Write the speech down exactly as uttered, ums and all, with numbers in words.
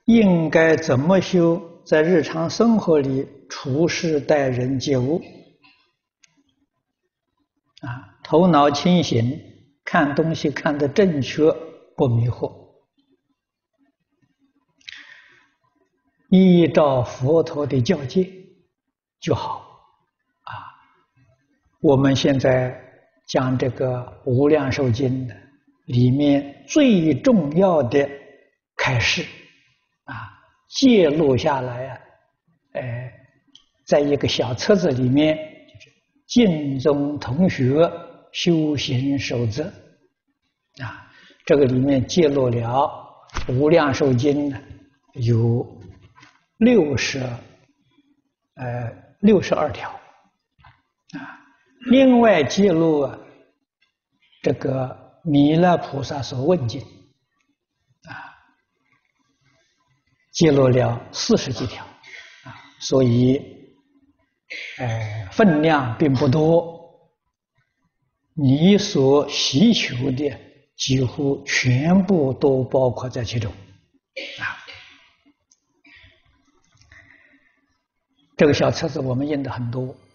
应该怎么修，在日常生活里处事待人接物啊，头脑清醒，看东西看得正确，不迷惑，依照佛陀的教诫就好啊。我们现在讲这个《无量寿经》的里面最重要的开示啊，揭露下来啊，呃，在一个小册子里面，就是净宗同学修行守则啊，这个里面揭露了《无量寿经》呢有六十呃六十二条啊，另外揭露啊这个弥勒菩萨所问经啊，揭露了四十几条啊，所以呃分量并不多，你所需求的几乎全部都包括在其中啊。这个小册子我们印的很多